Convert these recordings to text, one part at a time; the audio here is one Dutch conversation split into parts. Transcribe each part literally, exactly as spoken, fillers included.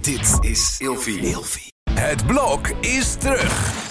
Dit is Ilfie. Ilfie. Het blok is terug.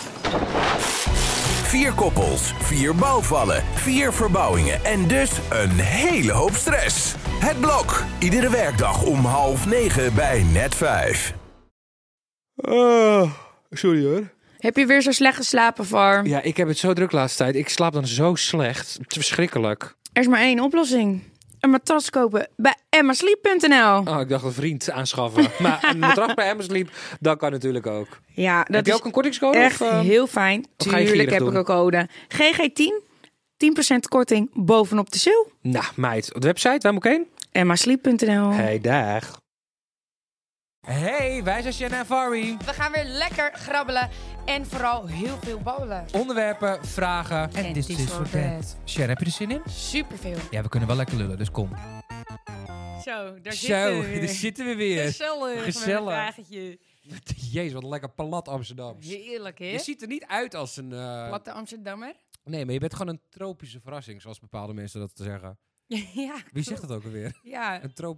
Vier koppels, vier bouwvallen, vier verbouwingen en dus een hele hoop stress. Het blok, iedere werkdag om half negen bij Net vijf. Uh, sorry hoor. Heb je weer zo slecht geslapen, Var? Ja, ik heb het zo druk de laatste tijd. Ik slaap dan zo slecht. Het is verschrikkelijk. Er is maar één oplossing. Een matras kopen bij emma sleep punt n l. Oh, ik dacht een vriend aanschaffen. Maar een matras bij Emma Sleep, dat kan natuurlijk ook. Ja, dat heb je is ook een kortingscode? echt of, uh, heel fijn. of ga je Tuurlijk heb doen? ik een code. G G tien. tien procent korting bovenop de sale. Nou, meid. Op de website, waar moet ik heen? emma sleep punt n l. Hey, dag. Hey, wij zijn Shanna en Fari. We gaan weer lekker grabbelen en vooral heel veel babbelen. Onderwerpen, vragen en, En dit dit is voor voor dat. dat. Shanna, heb je er zin in? Superveel. Ja, we kunnen wel lekker lullen, dus kom. Zo, daar Zo, zitten we weer. daar zitten we weer. Gezellig. Gezellig. Met een wagentje. Jezus, wat een lekker plat Amsterdams. Heerlijk, hè? Je ziet er niet uit als een... Uh... Platte Amsterdammer. Nee, maar je bent gewoon een tropische verrassing, zoals bepaalde mensen dat te zeggen. Ja, Wie zegt dat ook alweer? Ja. Een tropi...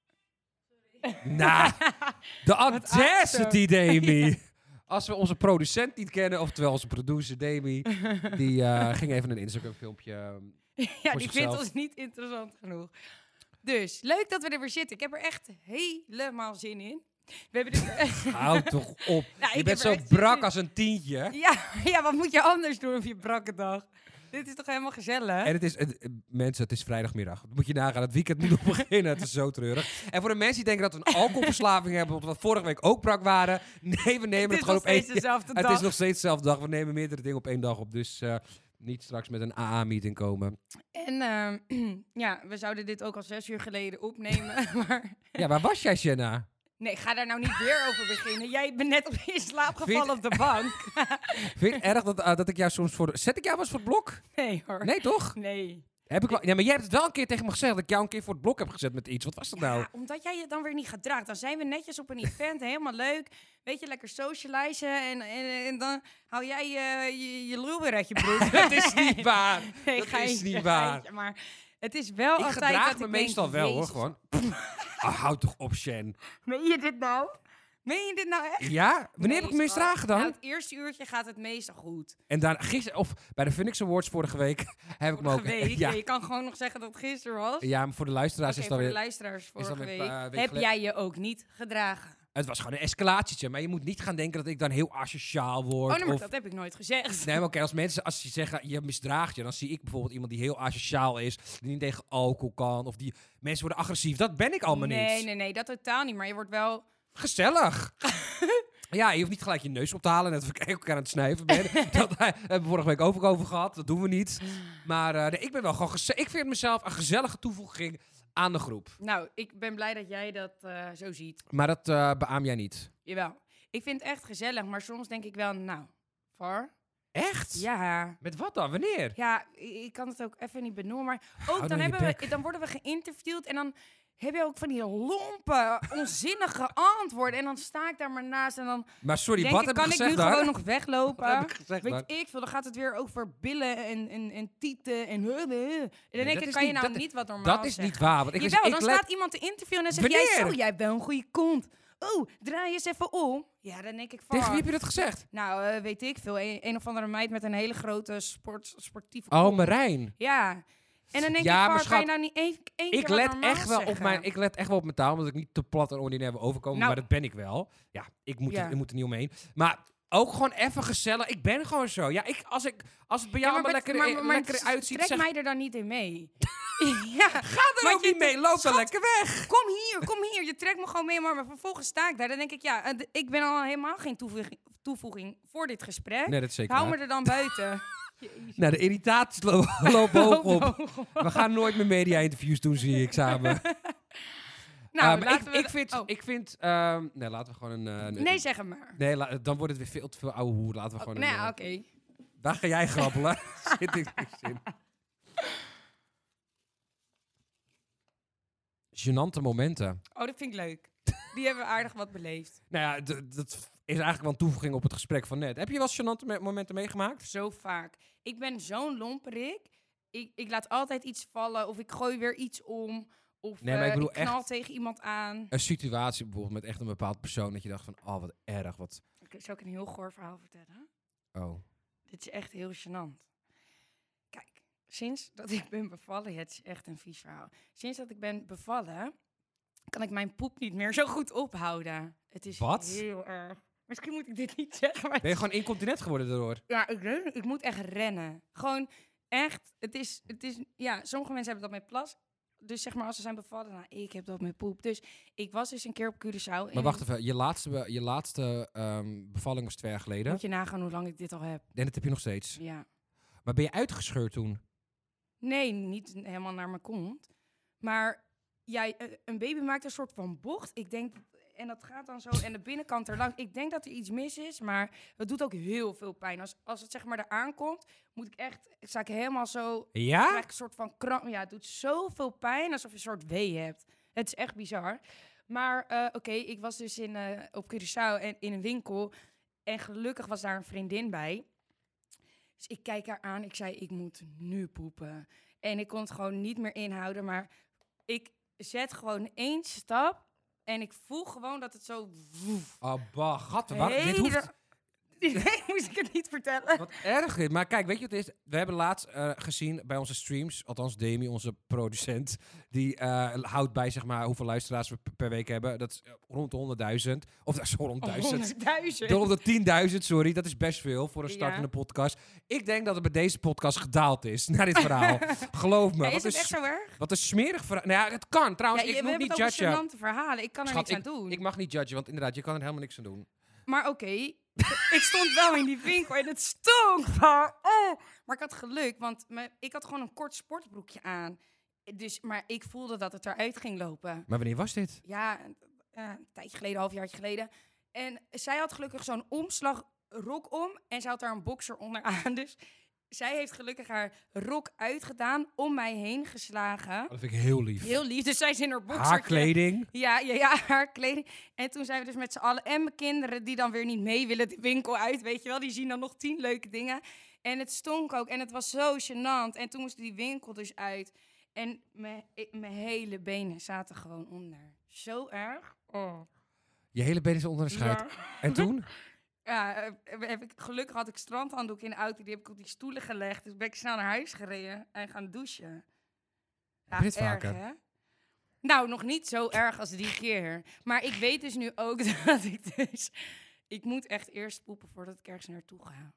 Nou, de audacity, Demi. Als we onze producent niet kennen, oftewel onze producer Demi, die uh, ging even een Instagram filmpje um, Ja, voor die zichzelf. vindt ons niet interessant genoeg. Dus, leuk dat we er weer zitten. Ik heb er echt helemaal zin in. We hebben dit... Hou toch op. Nou, je ik bent heb er zo echt zin brak in. als een tientje. Ja, ja, wat moet je anders doen op je brakke dag? Dit is toch helemaal gezellig? En het is, het, het- mensen, het is vrijdagmiddag. Dat moet je nagaan. Het weekend moet nog beginnen. Het is zo treurig. En voor de mensen die denken dat we een alcoholverslaving hebben, wat we vorige week ook brak waren. Nee, we nemen Het het, is gewoon nog op één steeds dezelfde Het dag. is nog steeds dezelfde dag. We nemen meerdere dingen op één dag op. Dus eh, niet straks met een A A-meeting komen. En ehm, ja, we zouden dit ook al zes uur geleden opnemen. Maar Ja, waar was jij, Shanna? nee, ga daar nou niet weer over beginnen. Jij bent net op in slaap gevallen Vind- op de bank. Vind je het erg dat, uh, dat ik jou soms voor... De... Zet ik jou wel eens voor het blok? Nee hoor. Nee, toch? Nee. Heb ik wel... Ja, maar jij hebt het wel een keer tegen me gezegd dat ik jou een keer voor het blok heb gezet met iets. Wat was dat nou? Ja, omdat jij je dan weer niet gedraagt. Dan zijn we netjes op een event, helemaal leuk. Weet je, lekker socializen. En, en, en dan hou jij uh, je, je lul weer uit je broek. Dat is niet waar. Nee, dat is geintje, niet waar. geintje, maar het is wel Ik altijd gedraag dat me ik meestal denk, wel, hoor. Jezus, Gewoon. Ah, houd toch op, Shan. Meen je dit nou? Meen je dit nou echt? Ja? Wanneer heb ik Nee, me eens schat. dragen dan? Nou, het eerste uurtje gaat het meestal goed. En daar gisteren, of bij de Phoenix Awards vorige week, heb ik me ook... Vorige week. Ja, Je kan gewoon nog zeggen dat het gisteren was. ja, maar voor de luisteraars Oké, is voor dat de weer... luisteraars dat vorige weer, week. uh, week heb geleden. jij je ook niet gedragen? Het was gewoon een escalatietje, maar je moet niet gaan denken dat ik dan heel asociaal word. Oh nee, maar of... dat heb ik nooit gezegd. Nee, maar oké, als mensen, als ze zeggen, je misdraagt je, dan zie ik bijvoorbeeld iemand die heel asociaal is, die niet tegen alcohol kan, of die mensen worden agressief. Dat ben ik allemaal nee, niet. nee, nee, dat totaal niet. Maar je wordt wel... Gezellig. Ja, je hoeft niet gelijk je neus op te halen, net of ik elkaar aan het snuiven ben. Dat eh, hebben we vorige week ook over gehad, dat doen we niet. Maar uh, nee, ik ben wel gewoon geze- ik vind mezelf een gezellige toevoeging aan de groep. Nou, ik ben blij dat jij dat uh, zo ziet. Maar dat uh, beaam jij niet. Jawel. Ik vind het echt gezellig, maar soms denk ik wel, nou, Var? Echt? Ja. Met wat dan? Wanneer? Ja, ik ik kan het ook even niet benoemen, maar ook Hou dan, nou je hebben we, bek. dan worden we geïnterviewd en dan heb je ook van die lompe, onzinnige antwoorden. En dan sta ik daar maar naast en dan Maar sorry, denk wat ik, heb kan ik ik gezegd nu daar? gewoon nog weglopen? Wat heb ik gezegd Weet daar? ik veel, dan gaat het weer over billen en, en, en tieten en... En dan Nee, denk dat ik, is kan je niet- nou dat- niet wat normaal Dat is zeggen? niet waar. Want ik, Jawel, ik dan let- staat iemand te interviewen en dan zeg jij Wanneer? zo, jij hebt wel een goede kont. Oh, draai eens even om. Ja, dan denk ik van... Tegen wie heb je dat gezegd? Nou, eh, weet ik veel. Een, een of andere meid met een hele grote sport, sportieve Oh, kont. Marijn. Ja. En dan denk Ja, ik, maar van, kan je schat, nou niet één, één keer Ik wat let, normaal echt wel op zeggen? mijn, ik let echt wel op mijn taal, omdat ik niet te plat en ordinair wil overkomen. Nou- maar dat ben ik wel. Ja, ik moet, Ja. Er, ik moet er niet omheen. Maar ook gewoon even gezellig. Ik ben gewoon zo. Ja, ik, als, ik, als het bij jou Ja, maar allemaal bet- lekker, maar- maar- lekker maar uitziet, Trek zeg, mij er dan niet in mee. ja, ga er want ook je niet mee. Loop dan schat, lekker weg. Kom hier, kom hier. Je trekt me gewoon mee, maar vervolgens sta ik daar. Dan denk ik, ja, eh, d- ik ben al helemaal geen toevoeging, toevoeging voor dit gesprek. Nee, dat is zeker Hou waar. me er dan buiten. Nou, de irritaties lo lopen hoog op. Hoog op. We gaan nooit meer media-interviews doen, zie ik samen. Nou, Uh, maar laten ik, we... ik vind... oh. Ik vind um, nee, laten we gewoon een... Uh, een- Nee, zeg het maar. Nee, la- dan wordt het weer veel te veel ouwe hoer. Laten we gewoon Nee, een... uh, oké. Daar ga jij grappelen. Zit ik niks in. Gênante momenten. Oh, dat vind ik leuk. Die hebben we aardig wat beleefd. Nou ja, d- dat is eigenlijk wel een toevoeging op het gesprek van net. Heb je wel eens gênante me- momenten meegemaakt? Zo vaak. Ik ben zo'n lomperik. Ik, ik laat altijd iets vallen of ik gooi weer iets om. Of Nee, maar ik eh, bedoel ik knal echt- tegen iemand aan. Een situatie bijvoorbeeld met echt een bepaald persoon dat je dacht van, oh wat erg, wat... Oké, zal ik een heel goor verhaal vertellen? Oh. Dit is echt heel gênant. Kijk, sinds dat ik ben bevallen... Ja, het is echt een vies verhaal. Sinds dat ik ben bevallen... kan ik mijn poep niet meer zo goed ophouden. Het is Wat? heel erg. Misschien moet ik dit niet zeggen, maar... Ben je gewoon incontinent geworden daardoor? Ja, ik, weet het, ik moet echt rennen. Gewoon echt, het is, het is... Ja, sommige mensen hebben dat met plas. Dus zeg maar, als ze zijn bevallen, nou, ik heb dat met poep. Dus ik was dus een keer op Curaçao. Maar en wacht even, je laatste, be- je laatste ehm, bevalling was twee jaar geleden. moet je nagaan hoe lang ik dit al heb. En dat heb je nog steeds. Ja. Maar ben je uitgescheurd toen? Nee, niet helemaal naar mijn kont. Maar jij, eh, een baby maakt een soort van bocht. Ik denk, en dat gaat dan zo, en de binnenkant er langs. Ik denk dat er iets mis is, maar het doet ook heel veel pijn. Als, als het zeg maar eraan komt, moet ik echt, sta ik helemaal zo, Ja? krijg ik een soort van kramp. Ja, het doet zoveel pijn, alsof je een soort wee hebt. Het is echt bizar. Maar eh, oké, ik was dus in, eh, op Curaçao en in een winkel. En gelukkig was daar een vriendin bij. Dus ik kijk haar aan. Ik zei, ik moet nu poepen. En ik kon het gewoon niet meer inhouden. Maar ik zet gewoon één stap. En ik voel gewoon dat het zo... woef. Oh, bah, gatten. Wat, dit Hele- hoeft... Nee, moest ik het niet vertellen. Wat erg dit. Maar kijk, weet je wat het is? We hebben laatst eh, gezien bij onze streams, althans Demi, onze producent, die eh, houdt bij zeg maar hoeveel luisteraars we p- per week hebben. Dat is eh, rond de honderdduizend. Of dat is honderdduizend. honderdduizend. Rond de tienduizend, sorry. Dat is best veel voor een startende Ja. podcast. Ik denk dat het bij deze podcast gedaald is, naar dit verhaal. Geloof me. Ja, wat, is het een echt s- zo erg? wat een smerig verhaal. Nou ja, het kan. Trouwens, Ja, je, ik we moet hebben niet het over judgen. gênante verhalen. Ik kan er Schat, niks aan doen. Ik mag niet judgen, want inderdaad, je kan er helemaal niks aan doen. Maar oké, ik stond wel in die winkel en het stonk van, oh. Maar ik had geluk, want me, ik had gewoon een kort sportbroekje aan. Dus, maar ik voelde dat het eruit ging lopen. Maar wanneer was dit? Ja, eh, een tijdje geleden, een halfjaartje geleden. En zij had gelukkig zo'n omslagrok om en ze had daar een boxer onder aan. Dus zij heeft gelukkig haar rok uitgedaan, om mij heen geslagen. Oh, dat vind ik heel lief. Heel lief, dus zij is in haar boxertje. Haar kleding. Ja, ja, ja, haar kleding. En toen zijn we dus met z'n allen en mijn kinderen die dan weer niet mee willen de winkel uit, weet je wel. Die zien dan nog tien leuke dingen. En het stonk ook en het was zo gênant. En toen moest die winkel dus uit. En mijn ik- mijn hele benen zaten gewoon onder. Zo erg. Oh. Je hele been is onder de schuit. Ja. En toen? Ja, eh, heb ik, gelukkig had ik strandhanddoek in de auto. Die heb ik op die stoelen gelegd. Dus ben ik snel naar huis gereden en gaan douchen. Ja, je dit erg, vaker? hè? Nou, nog niet zo erg als die keer. Maar ik weet dus nu ook dat ik dus... Ik moet echt eerst poepen voordat ik ergens naartoe ga.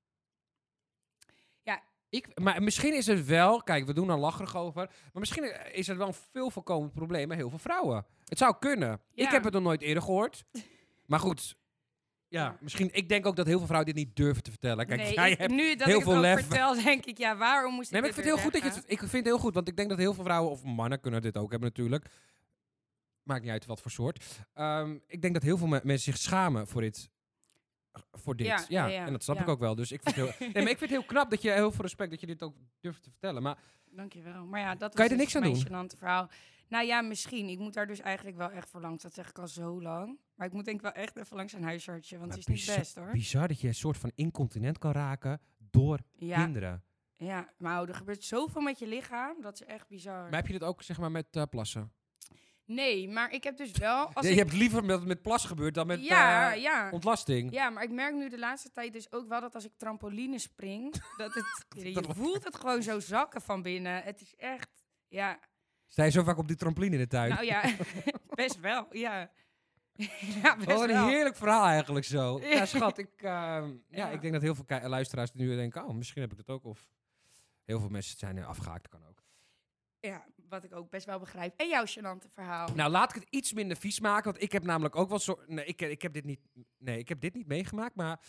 Ja, Ik, maar misschien is het wel, kijk, we doen er lacherig over, maar misschien is het wel een veel voorkomend probleem met heel veel vrouwen. Het zou kunnen. Ja. Ik heb het nog nooit eerder gehoord. Maar goed, ja, Ja. misschien, ik denk ook dat heel veel vrouwen dit niet durven te vertellen. Kijk, nee, jij ik- hebt nu dat heel ik het veel ook lef. vertel, denk ik, ja, waarom moest Nee, ik maar ik dit vind het heel goed dat je weer het, ik vind het heel goed, want ik denk dat heel veel vrouwen, of mannen kunnen dit ook hebben natuurlijk. Maakt niet uit wat voor soort. Ehm, ik denk dat heel veel me- mensen zich schamen voor dit. Voor dit. Ja, Ja, ja, ja, en dat snap ja. ik ook wel. Dus ik vind het heel, nee, maar ik vind het heel knap dat je, heel veel respect dat je dit ook durft te vertellen. Maar zeggen? Dankjewel. Maar ja, dat Kan je was er niks dus aan mijn doen? gênante verhaal. Nou ja, misschien. Ik moet daar dus eigenlijk wel echt voor langs. Dat zeg ik al zo lang. Maar ik moet denk ik wel echt even langs een huisartsje, want Maar het is niet bizar- best, hoor. bizar dat je een soort van incontinent kan raken door Ja, kinderen. ja, maar er gebeurt zoveel met je lichaam. Dat is echt bizar. Maar heb je dit ook zeg maar met eh, plassen? Nee, maar ik heb dus wel... Als Ja, ik... je hebt liever dat het met plassen gebeurt dan met ja, eh, ja. ontlasting. Ja, maar ik merk nu de laatste tijd dus ook wel dat als ik trampoline spring, dat het, je Dat- voelt het gewoon zo zakken van binnen. Het is echt, ja, Sta je zo vaak op die trampoline in de tuin? nou ja, best wel, ja. ja, best Wat een wel. heerlijk verhaal eigenlijk zo. Ja, Ja. schat, ik, eh, ja, Ja. ik denk dat heel veel ki- luisteraars nu denken, oh, misschien heb ik dat ook. Of heel veel mensen zijn er afgehaakt, kan ook. Ja, wat ik ook best wel begrijp. En jouw gênante verhaal. Nou, laat ik het iets minder vies maken, want ik heb namelijk ook wel zo... Nee, ik, ik heb dit niet... Nee, ik heb dit niet meegemaakt, maar...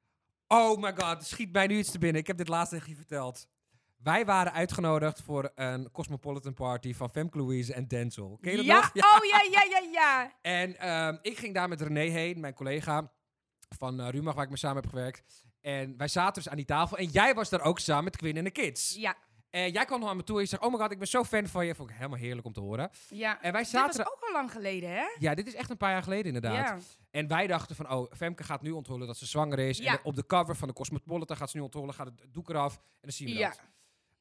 Oh my god, er schiet mij nu iets te binnen. Ik heb dit laatst tegen je verteld. Wij waren uitgenodigd voor een Cosmopolitan Party van Femke Louise en Denzel. Ken je dat ja? nog? Oh ja, ja, ja, ja. En ehm, ik ging daar met René heen, mijn collega van uh, Rumach, waar ik mee samen heb gewerkt. En wij zaten dus aan die tafel. En jij was daar ook samen met Quinn en de Kids. Ja, En jij kwam nog aan me toe en je zegt, oh my god, ik ben zo fan van je. Vond ik helemaal heerlijk om te horen. ja. En wij Dit zaten... was ook al lang geleden, hè? Ja, dit is echt een paar jaar geleden inderdaad. Ja. En wij dachten van, oh, Femke gaat nu onthullen dat ze zwanger is. Ja. En op de cover van de Cosmopolitan gaat ze nu onthullen, gaat het doek eraf. En dan zien we Ja. dat.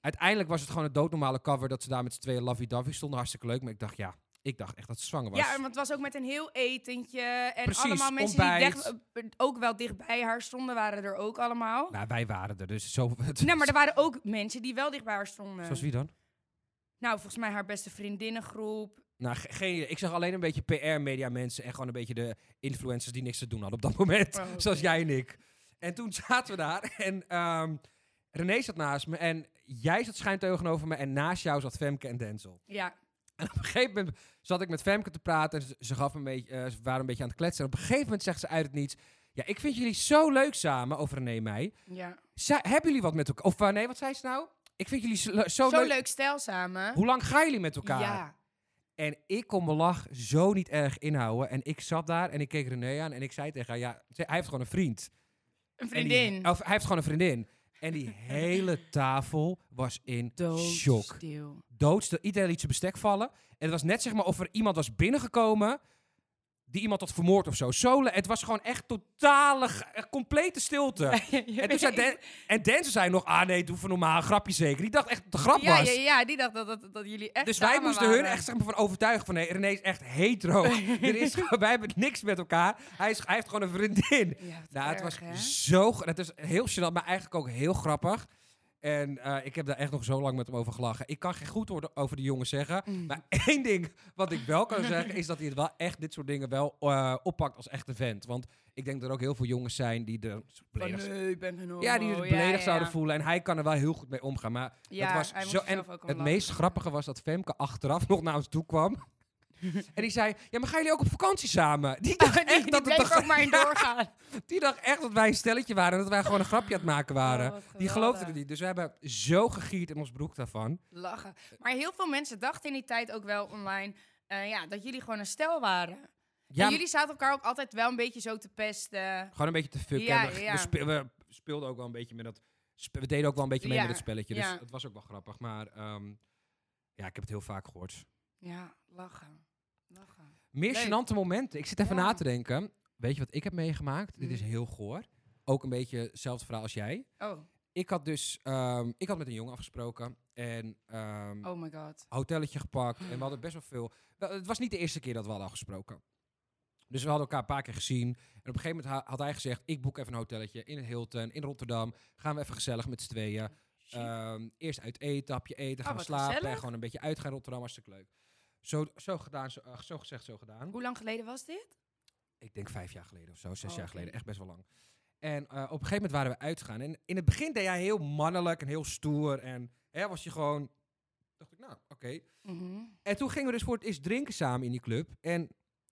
uiteindelijk was het gewoon een doodnormale cover dat ze daar met z'n tweeën lovey-dovey stonden. Hartstikke leuk. Maar ik dacht, ja, ik dacht echt dat ze zwanger was. Ja, want het was ook met een heel etentje. En Precies, allemaal mensen ontbijt. die dicht, uh, ook wel dicht bij haar stonden, waren er ook allemaal. Nou, wij waren er, dus zo... Nou, maar er waren ook mensen die wel dicht bij haar stonden. Zoals wie dan? Nou, volgens mij haar beste vriendinnengroep. Nou, ge- geen idee. Ik zag alleen een beetje P R-media mensen en gewoon een beetje de influencers die niks te doen hadden op dat moment. Oh, oké. Zoals jij en ik. En toen zaten we daar en ehm, René zat naast me en jij zat schuin tegenover me en naast jou zat Femke en Denzel. Ja. En op een gegeven moment zat ik met Femke te praten en ze, ze, gaf me een beetje, eh, ze waren een beetje aan het kletsen. En op een gegeven moment zegt ze uit het niets, ja, ik vind jullie zo leuk samen, over René en mij. ja. Zij, hebben jullie wat met elkaar? Of uh, nee, wat zei ze nou? Ik vind jullie zo, zo, Zo leuk. leuk stijl samen. Hoe lang gaan jullie met elkaar? Ja. En ik kon mijn lach zo niet erg inhouden. En ik zat daar en ik keek René aan en ik zei tegen haar, ja, ze- hij heeft gewoon een vriend. Een En die- vriendin. of hij heeft gewoon een vriendin. En die hele tafel was in shock. Doodstil. Doodstil. Iedereen liet zijn bestek vallen. En het was net zeg maar of er iemand was binnengekomen die iemand had vermoord of zo. Zo, le- het was gewoon echt totale, g- echt complete stilte. En toen zei Dan, en Denzel zei nog, ah nee, doe van normaal, een grapje zeker. Die dacht echt dat het een grap Ja, was. ja, ja, die dacht dat, dat, dat jullie echt Dus wij samen moesten waren. hun echt zeg maar, van overtuigen van nee, René is echt hetero. er is, gewoon- wij hebben niks met elkaar. Hij, is, hij heeft gewoon een vriendin. Ja, wat Nou, het erg, was hè? zo... gra- Het is heel gênant, maar eigenlijk ook heel grappig. En eh, ik heb daar echt nog zo lang met hem over gelachen. Ik kan geen goed woord over die jongen zeggen. Mm. Maar één ding wat ik wel kan zeggen... is dat hij het wel echt dit soort dingen wel eh, oppakt als echte vent. Want ik denk dat er ook heel veel jongens zijn die er Van, beledigd, nee, ik ben geen homo. ja, die er Ja, beledigd ja, zouden ja. voelen. En hij kan er wel heel goed mee omgaan. Maar Ja, dat was hij moest zo... er En zelf ook om het lachen. meest grappige was dat Femke achteraf nog naar ons toe kwam... En die zei, ja, maar gaan jullie ook op vakantie samen? Die dacht Die, echt die dat het bleef toch- ook maar in Ja, doorgaan. die dacht echt dat wij een stelletje waren en dat wij gewoon een grapje aan het maken waren. Oh, wat die geloofde geweldig. het niet. Dus we hebben zo gegierd in ons broek daarvan. Lachen. Maar heel veel mensen dachten in die tijd ook wel online... eh, ja, dat jullie gewoon een stel waren. Ja, En jullie zaten elkaar ook altijd wel een beetje zo te pesten. gewoon een beetje te fucken. Ja, En we, ja. we, spe- we speelden ook wel een beetje met dat... spe- we deden ook wel een beetje mee Ja, met het spelletje. Dus ja. het was ook wel grappig. Maar ehm, ja, ik heb het heel vaak gehoord. Ja, lachen. Lachen. Meer Leuk. gênante momenten. Ik zit even Ja. na te denken. Weet je wat ik heb meegemaakt? Dit is Mhm. heel goor. Ook een beetje hetzelfde verhaal als jij. Oh, Ik had dus... ehm, ik had met een jongen afgesproken. En... ehm, oh my god. hotelletje gepakt. En we hadden best wel veel... Wel, het was niet de eerste keer dat we hadden afgesproken. Dus we hadden elkaar een paar keer gezien. En op een gegeven moment ha- had hij gezegd... ik boek even een hotelletje in het Hilton, in Rotterdam. Gaan we even gezellig met z'n tweeën. Ehm, eerst uit eten, hapje eten, gaan Oh, we wat slapen. gezellig. En gewoon een beetje uitgaan in Rotterdam, hartstikke leuk. Zo, zo, gedaan, zo, eh, zo gezegd, zo gedaan. Hoe lang geleden was dit? Ik denk vijf jaar geleden of zo, zes Oh, jaar oké. geleden. Echt best wel lang. En eh, op een gegeven moment waren we uitgegaan. En in het begin deed hij heel mannelijk en heel stoer. En hè, was je gewoon... dacht ik, nou, oké. Mhm. En toen gingen we dus voor het eerst drinken samen in die club. En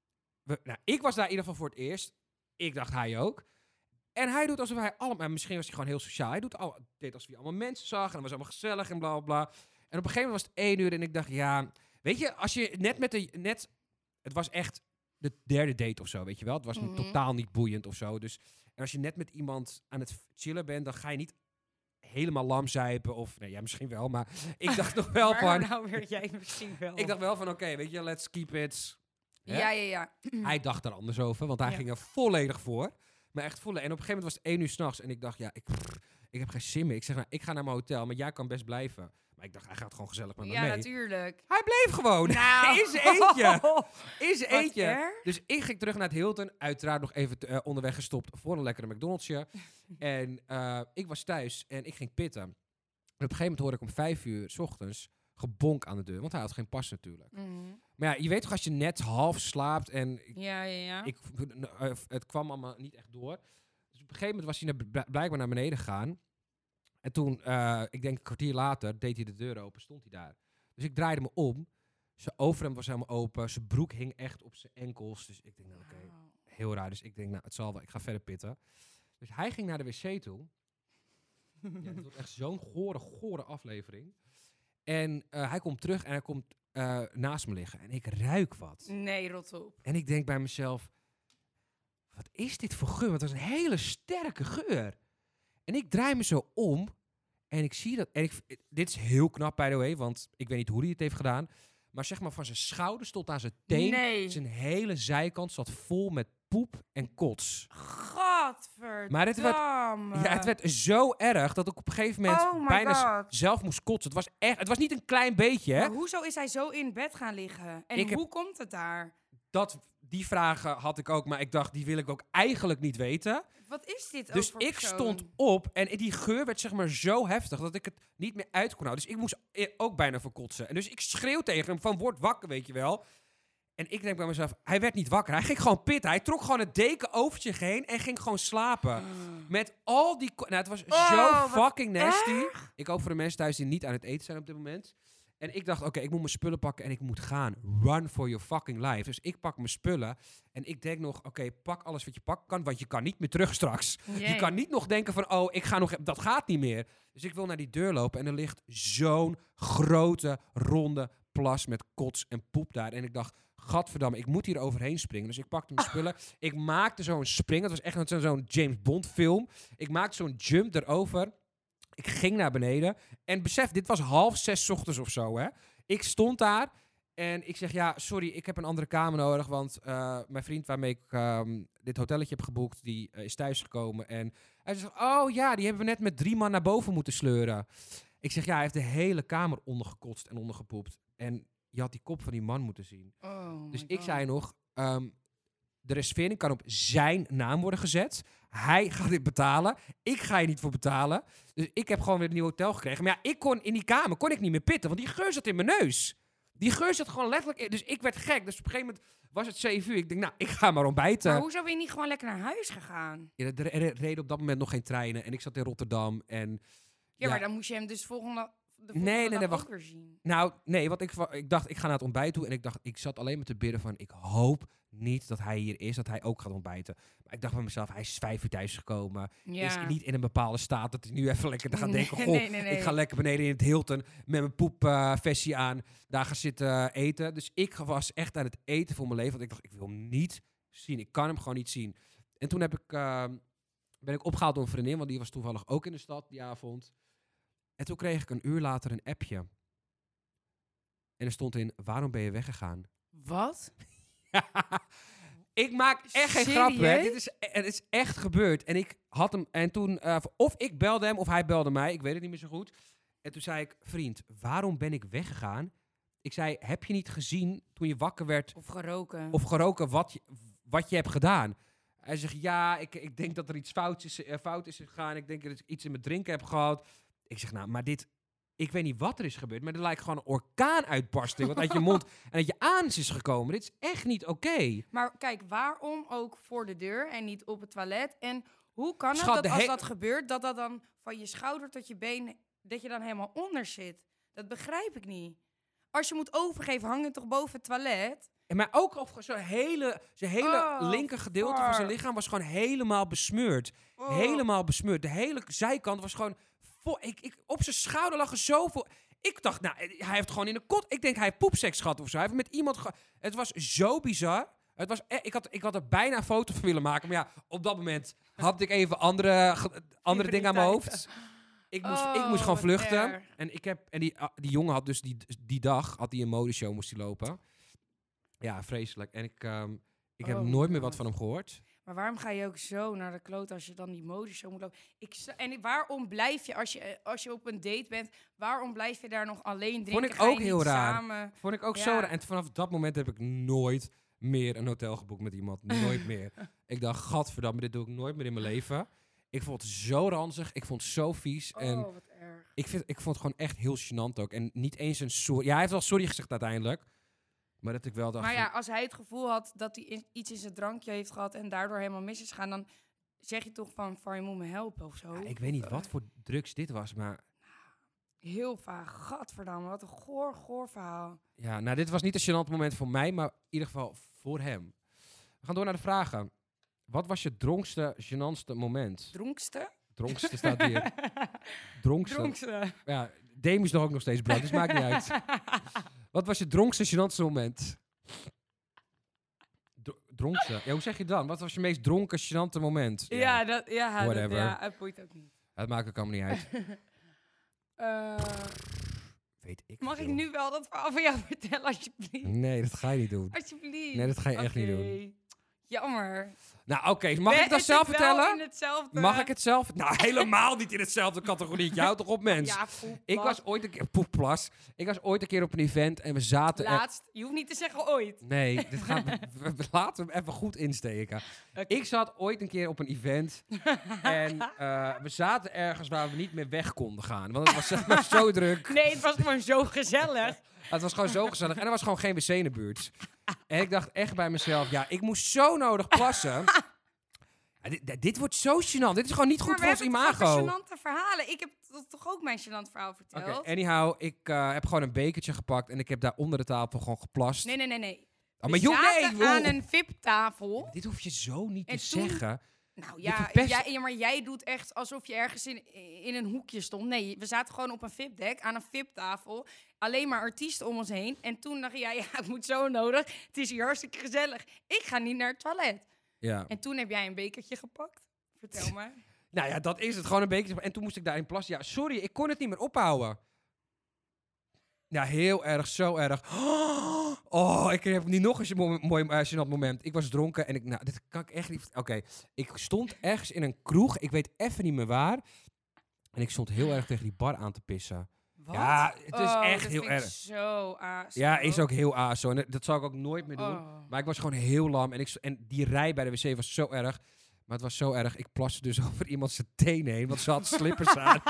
we, nou, ik was daar in ieder geval voor het eerst. Ik dacht hij ook. En hij doet alsof hij allemaal... Misschien was hij gewoon heel sociaal. Hij doet al, deed alsof hij allemaal mensen zag. En dat was allemaal gezellig en bla bla bla. En op een gegeven moment was het één uur. En ik dacht, ja... Weet je, als je net met de... Net, het was echt de derde date of zo, weet je wel. Het was Mhm. totaal niet boeiend of zo. Dus en als je net met iemand aan het chillen bent... dan ga je niet helemaal lam zuipen. Of nee, ja, misschien wel. Maar ik dacht nog wel Maar van... nou weer jij misschien wel. Ik dacht wel van, oké, weet je, let's keep it... Hè? Ja, ja, ja. Hij dacht er anders over, want hij Ja. ging er volledig voor. Maar echt volle. En op een gegeven moment was het één uur s'nachts. En ik dacht, ja, ik, ik heb geen zin meer. Ik zeg, nou, ik ga naar mijn hotel, maar jij kan best blijven. Maar ik dacht, hij gaat gewoon gezellig met me Ja, mee. natuurlijk. Hij bleef gewoon. Nou. In zijn eentje. In zijn Wat eentje. erg. Dus ik ging terug naar het Hilton. Uiteraard nog even eh, onderweg gestopt voor een lekkere McDonald'sje. en eh, ik was thuis en ik ging pitten. En op een gegeven moment hoorde ik om vijf uur 's ochtends gebonk aan de deur. Want hij had geen pas natuurlijk. Mhm. Maar ja, je weet toch als je net half slaapt en ik, Ja, ja, ja. ik, eh, het kwam allemaal niet echt door. Dus op een gegeven moment was hij naar, bl- blijkbaar naar beneden gegaan. En toen, eh, ik denk een kwartier later, deed hij de deur open, stond hij daar. Dus ik draaide me om. Zijn overhemd was helemaal open. Zijn broek hing echt op zijn enkels. Dus ik denk, nou oké, Wauw. heel raar. Dus ik denk, nou het zal wel, ik ga verder pitten. Dus hij ging naar de wc toe. Ja, dit wordt echt zo'n gore, gore aflevering. En eh, hij komt terug en hij komt eh, naast me liggen. En ik ruik wat. Nee, rot op. En ik denk bij mezelf, wat is dit voor geur? Want dat is een hele sterke geur. En ik draai me zo om en ik zie dat... En ik, dit is heel knap, by the way, want ik weet niet hoe hij het heeft gedaan. Maar zeg maar van zijn schouders tot aan zijn teen, Nee. zijn hele zijkant zat vol met poep en kots. Gadverdamme. Maar het werd, ja, het werd zo erg dat ik op een gegeven moment Oh my bijna God. z- zelf moest kotsen. Het was echt, het was niet een klein beetje, hè. Maar hoezo is hij zo in bed gaan liggen? En Ik heb- hoe komt het daar? Dat, die vragen had ik ook, maar ik dacht, die wil ik ook eigenlijk niet weten. Wat is dit ook Dus voor ik persoon? stond op en die geur werd zeg maar zo heftig dat ik het niet meer uit kon houden. Dus ik moest e- ook bijna verkotsen. En dus ik schreeuw tegen hem van, word wakker, weet je wel. En ik denk bij mezelf, hij werd niet wakker. Hij ging gewoon pitten. Hij trok gewoon het deken over zich heen en ging gewoon slapen. Met al die... ko- Nou, het was Oh, zo wat fucking nasty. Ik hoop voor de mensen thuis die niet aan het eten zijn op dit moment. En ik dacht, oké, ik moet mijn spullen pakken en ik moet gaan. Run for your fucking life. Dus ik pak mijn spullen en ik denk nog, oké, pak alles wat je pakken kan, want je kan niet meer terug straks. Je Jee. kan niet nog denken van, oh, ik ga nog... Dat gaat niet meer. Dus ik wil naar die deur lopen en er ligt zo'n grote, ronde plas met kots en poep daar. En ik dacht, gadverdamme, ik moet hier overheen springen. Dus ik pakte mijn spullen. Ik maakte zo'n spring. Het was echt zo- zo'n James Bond film. Ik maakte zo'n jump erover. Ik ging naar beneden. En besef, dit was half zes 's ochtends of zo, hè. Ik stond daar en ik zeg, ja, sorry, ik heb een andere kamer nodig. Want eh, mijn vriend waarmee ik ehm, dit hotelletje heb geboekt, die eh, is thuisgekomen. En hij zegt, oh ja, die hebben we net met drie man naar boven moeten sleuren. Ik zeg, ja, hij heeft de hele kamer ondergekotst en ondergepoept. En je had die kop van die man moeten zien. Oh Dus my ik God. zei nog, ehm, de reservering kan op zijn naam worden gezet. Hij gaat dit betalen. Ik ga je niet voor betalen. Dus ik heb gewoon weer een nieuw hotel gekregen. Maar ja, ik kon in die kamer kon ik niet meer pitten, want die geur zat in mijn neus. Die geur zat gewoon letterlijk in. Dus ik werd gek. Dus op een gegeven moment was het zeven uur. Ik denk, nou, ik ga maar ontbijten. Maar hoezo ben je niet gewoon lekker naar huis gegaan? Ja, er, er reden op dat moment nog geen treinen. En ik zat in Rotterdam. En Ja, Ja. maar dan moest je hem dus volgende, de volgende nee, nee, dag wacht. ook weer zien. nou, nee, want ik, wa- ik dacht, ik ga naar het ontbijt toe. En ik dacht, ik zat alleen maar te bidden van, ik hoop niet dat hij hier is, dat hij ook gaat ontbijten. Maar ik dacht bij mezelf, hij is vijf uur thuis gekomen. Ja. Is niet in een bepaalde staat dat hij nu even lekker gaat denken, Nee, goh, nee, nee, nee. ik ga lekker beneden in het Hilton met mijn poepversie aan, daar gaan zitten eten. Dus ik was echt aan het eten voor mijn leven, want ik dacht, ik wil hem niet zien. Ik kan hem gewoon niet zien. En toen heb ik, uh, ben ik opgehaald door een vriendin, want die was toevallig ook in de stad die avond. En toen kreeg ik een uur later een appje. En er stond in, waarom ben je weggegaan? Wat? Ik maak echt geen grap, hè. Serieus? Dit is, het is echt gebeurd. En ik had hem, en toen, uh, of ik belde hem, of hij belde mij. Ik weet het niet meer zo goed. En toen zei ik, vriend, waarom ben ik weggegaan? Ik zei, heb je niet gezien toen je wakker werd Of geroken. of geroken wat je, wat je hebt gedaan? Hij zegt, ja, ik, ik denk dat er iets fout is, uh, fout is gegaan. Ik denk dat ik iets in mijn drinken heb gehad. Ik zeg, nou, maar dit... Ik weet niet wat er is gebeurd, maar er lijkt gewoon een orkaanuitbarsting wat uit je mond en uit je anus is gekomen. Dit is echt niet oké. Maar kijk, waarom ook voor de deur en niet op het toilet? En hoe kan het Schat, dat de als he- dat gebeurt, dat dat dan van je schouder tot je been, dat je dan helemaal onder zit? Dat begrijp ik niet. Als je moet overgeven, hang je toch boven het toilet? En maar ook of zijn hele, zijn hele Oh, linker gedeelte van zijn fuck. lichaam was gewoon helemaal besmeurd. Oh. Helemaal besmeurd. De hele zijkant was gewoon... Vol, ik, ik, op zijn schouder lag er zoveel... Ik dacht, nou, hij heeft gewoon in de kot... Ik denk, hij heeft poepseks gehad of zo. Hij heeft met iemand... Ge, het was zo bizar. Het was, e- ik, had, ik had er bijna een foto van willen maken. Maar ja, op dat moment had ik even andere, ge- andere dingen aan mijn hoofd. Ik moest, ik Oh, moest gewoon wat vluchten. erg. En, ik heb, en die, ah, die jongen had dus die, die dag... Had hij een modeshow moest hij lopen. Ja, vreselijk. En ik, ehm, ik heb Oh, nooit meer God. wat van hem gehoord. Maar waarom ga je ook zo naar de kloot als je dan die modeshow moet lopen? Ik, sta- en waarom blijf je als, je, eh, als je op een date bent, waarom blijf je daar nog alleen drinken? ik Ga je ook heel niet raar. Samen? Vond ik ook Ja. zo raar. En vanaf dat moment heb ik nooit meer een hotel geboekt met iemand. Nooit meer. Ik dacht, gadverdamme, dit doe ik nooit meer in mijn leven. Ik vond het zo ranzig. Ik vond het zo vies. en Oh, wat erg. ik, vind, ik vond het gewoon echt heel gênant ook. En niet eens een sorry. Ja, hij heeft wel sorry gezegd uiteindelijk. Maar dat ik wel dacht... Maar ja, van, als hij het gevoel had dat hij in- iets in zijn drankje heeft gehad en daardoor helemaal mis is gaan, dan zeg je toch van, van je moet me helpen of zo. ja, ik weet niet Of, wat eh, voor drugs dit was, maar... Heel vaag. Gadverdamme, wat een goor, goor verhaal. Ja, nou, dit was niet een gênant moment voor mij, maar in ieder geval voor hem. We gaan door naar de vragen. Wat was je dronkste, gênantste moment? Dronkste? Dronkste staat hier. Dronkste. Dronkste. Ja, Demi is nog ook nog steeds bruin, dus maakt niet uit. Wat was je dronkste, gênantste moment? Dro- dronkste? Ja, hoe zeg je dan? Wat was je meest dronken, gênante moment? Ja, dat, ja, dat, Whatever. ja, het boeit ook niet. Het maakt ook allemaal niet uit. Eh, Weet ik mag ik veel. nu wel dat verhaal van jou vertellen, alsjeblieft? Nee, dat ga je niet doen. Alsjeblieft. Nee, dat ga je echt niet doen. Oké. Jammer. Nou, oké. Mag We- ik dat het zelf zit wel vertellen? in hetzelfde... Mag ik het zelf? Nou, helemaal niet in hetzelfde categorie. Jou toch op, mens? Ja, poep, Ik plas. was ooit een keer... Poepplas. Ik was ooit een keer op een event en we zaten... er- Laatst. Je hoeft niet te zeggen ooit. Nee, dit gaat, we- we- laten we hem even goed insteken. Oké. Ik zat ooit een keer op een event en eh, we zaten ergens waar we niet meer weg konden gaan. Want het was zeg maar zo druk. Nee, het was gewoon zo gezellig. Het was gewoon zo gezellig en er was gewoon geen wc in de buurt. En ik dacht echt bij mezelf, ja, ik moest zo nodig plassen. Ja, dit, dit- dit wordt zo gênant. Dit is gewoon niet goed maar we voor ons hebben toch imago. over gênante verhalen. Ik heb t- toch ook mijn gênant verhaal Oké, verteld? anyhow, ik eh, heb gewoon een bekertje gepakt en ik heb daar onder de tafel gewoon geplast. Nee, nee, nee, nee. Oh, maar We joh, nee! zaten wow. aan een V I P-tafel. Dit hoef je zo niet En te toen- zeggen. Nou Je ja, verpest- jij, ja, maar jij doet echt alsof je ergens in, in een hoekje stond. Nee, we zaten gewoon op een V I P-deck aan een V I P-tafel. Alleen maar artiesten om ons heen. En toen dacht jij, ja, ik moet zo nodig. Het is hier hartstikke gezellig. Ik ga niet naar het toilet. Ja. En toen heb jij een bekertje gepakt. Vertel me. Nou ja, dat is het. Gewoon een bekertje. En toen moest ik daarin plassen. Ja, sorry, ik kon het niet meer ophouden. Ja, heel erg, zo erg. Oh, ik heb nu nog eens een mo- mooi uh, gênant moment. Ik was dronken en ik... Nou, dit kan ik echt niet... Oké, ik stond ergens in een kroeg. Ik weet even niet meer waar. En ik stond heel erg tegen die bar aan te pissen. Wat? Ja, het is Oh, echt dat heel vind ik erg. zo aas. Ja, is ook heel aas zo. En dat zal ik ook nooit meer doen. Oh. Maar ik was gewoon heel lam. En, ik, en die rij bij de wc was zo erg. Maar het was zo erg. Ik plaste dus over iemand zijn tenen heen. Want ze had slippers aan.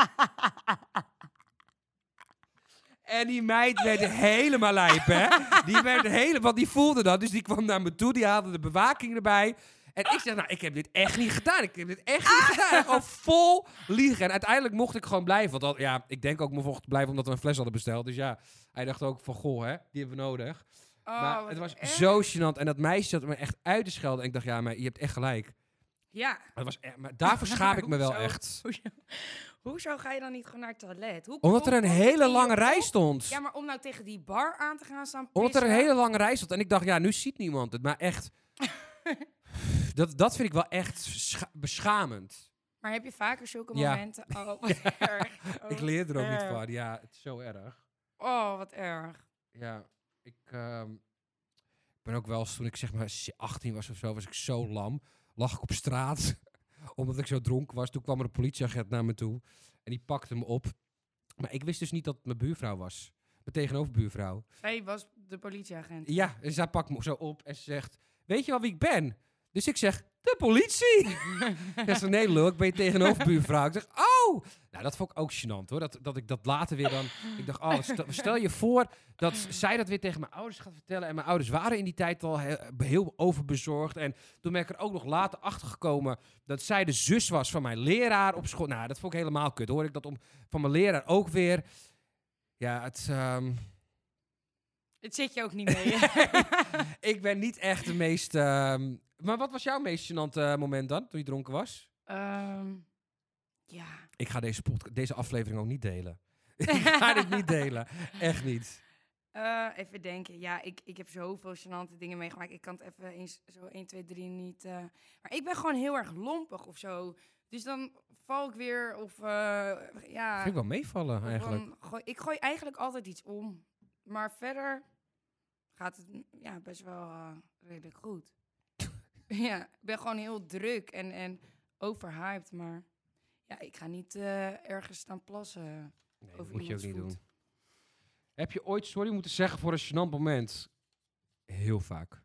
En die meid werd helemaal lijp, hè? Die werd helemaal... Want die voelde dat. Dus die kwam naar me toe. Die haalde de bewaking erbij. En ik zeg, nou, ik heb dit echt niet gedaan. Ik heb dit echt niet gedaan. Gewoon vol liegen. En uiteindelijk mocht ik gewoon blijven. Want al, ja, ik denk ook mocht blijven omdat we een fles hadden besteld. Dus ja, hij dacht ook van, goh, hè, die hebben we nodig. Oh, maar wat het was erg. zo gênant. En dat meisje zat me echt uit te schelden. En ik dacht, ja, maar je hebt echt gelijk. Ja. Het was echt, maar daarvoor schaam ik me wel Hoezo? echt. Hoezo, hoezo ga je dan niet gewoon naar het toilet? Hoe, Omdat er hoe een komt het hele in je lange op? rij stond. Ja, maar om nou tegen die bar aan te gaan staan Omdat er een pissen? hele lange rij stond. En ik dacht, ja, nu ziet niemand het. Maar echt... dat, dat vind ik wel echt scha- beschamend. Maar heb je vaker zulke Ja. momenten? Oh, wat erg. Oh, ik wat leer er ook niet erg. van. Ja, het is zo erg. Oh, wat erg. Ja, ik ehm, ben ook wel eens, toen ik zeg maar achttien was of zo, was ik zo lam. Lag ik op straat, omdat ik zo dronken was. Toen kwam er een politieagent naar me toe en die pakte me op. Maar ik wist dus niet dat het mijn buurvrouw was. Mijn tegenoverbuurvrouw. Zij was de politieagent. Ja, en zij pakt me zo op en ze zegt, weet je wel wie ik ben? Dus ik zeg, de politie! Ja, ze nee lul, ik ben je tegenoverbuurvrouw. Ik zeg, oh! Nou, dat vond ik ook gênant hoor, dat, dat ik dat later weer dan... Ik dacht, oh, stel, stel je voor dat zij dat weer tegen mijn ouders gaat vertellen. En mijn ouders waren in die tijd al heel, heel overbezorgd. En toen ben ik er ook nog later achter gekomen dat zij de zus was van mijn leraar op school. Nou, dat vond ik helemaal kut. Hoor ik dat om, van mijn leraar ook weer. Ja, het... ehm, Het zit je ook niet mee. ik ben niet echt de meest... ehm, maar wat was jouw meest gênante moment dan, toen je dronken was? Ehm, ja. Ik ga deze, podca- deze aflevering ook niet delen. ik ga dit niet delen. Echt niet. Eh, even denken. Ja, ik, ik heb zoveel gênante dingen meegemaakt. Ik kan het even eens zo één, twee, drie niet... eh, Maar ik ben gewoon heel erg lompig of zo. Dus dan val ik weer of... eh, ja, Vind ik wel meevallen of eigenlijk. dan gooi- ik gooi eigenlijk altijd iets om. Maar verder gaat het mm, ja, best wel eh, redelijk goed. Ja, ik ben gewoon heel druk en, en overhyped. Maar ja, ik ga niet eh, ergens staan plassen. Nee, over dat moet je ook iemands niet voet. doen. Heb je ooit sorry moeten zeggen voor een gênant moment? Heel vaak.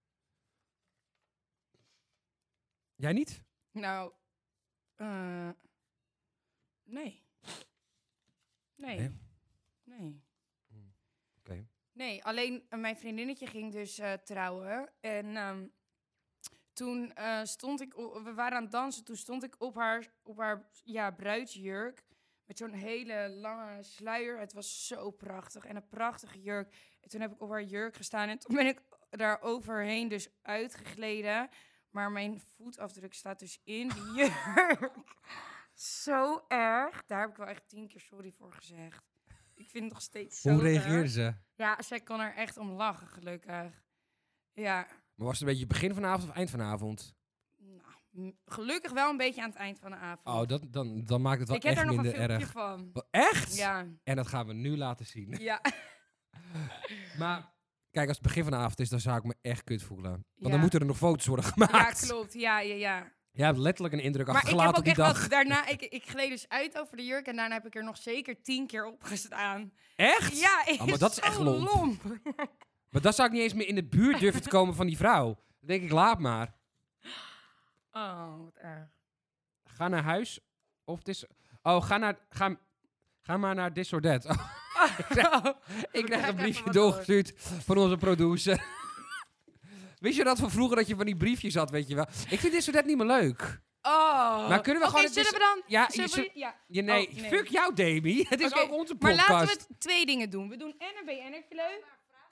Jij niet? Nou, eh, nee. Nee. Nee? Nee. Oké. Nee, alleen eh, mijn vriendinnetje ging dus eh, trouwen. En ehm, toen eh, stond ik... o- we waren aan het dansen. Toen stond ik op haar, op haar ja, bruidsjurk. Met zo'n hele lange sluier. Het was zo prachtig. En een prachtige jurk. En toen heb ik op haar jurk gestaan. En toen ben ik daar overheen dus uitgegleden. Maar mijn voetafdruk staat dus in die jurk. Zo erg. Daar heb ik wel echt tien keer sorry voor gezegd. Ik vind het nog steeds zo Hoe reageerde erg. ze? Ja, zij kon er echt om lachen, gelukkig. Ja, Maar was het een beetje begin van de avond of eind van de avond? nou, m- gelukkig wel een beetje aan het eind van de avond. Oh, dat, dan, dan maakt het wel ik heb echt er nog een minder filmpje erg. van. Wel, echt? Ja, En dat gaan we nu laten zien. ja. Maar Kijk, als het begin van de avond is, dan zou ik me echt kut voelen. Want Ja. dan moeten er nog foto's worden gemaakt. Ja, klopt. Ja, ja, ja. Je hebt letterlijk een indruk Maar ik heb achtergelaten ook op die echt dag. wel daarna... Ik, ik gleed dus uit over de jurk en daarna heb ik er nog zeker tien keer opgestaan. Echt? Ja, Oh, maar dat is zo echt lomp. Maar dan zou ik niet eens meer in de buurt durven te komen van die vrouw. Dan denk ik, laat maar. Oh, wat erg. Ga naar huis. Of het is... Oh, ga, naar, ga, ga maar naar This or That. Oh, ik krijg, ik krijg een briefje doorgestuurd van onze producer. Wist je dat van vroeger dat je van die briefjes had, weet je wel? Ik vind This or That niet meer leuk. Oh. Maar kunnen we Oké, gewoon het zullen dis- we dan... Ja, zullen je we- zult- ja. Ja, nee, Oh, nee. fuck jou, Demi. Het is Oké, ook onze Maar podcast. laten we het twee dingen doen. We doen en een B N'ertje leuk.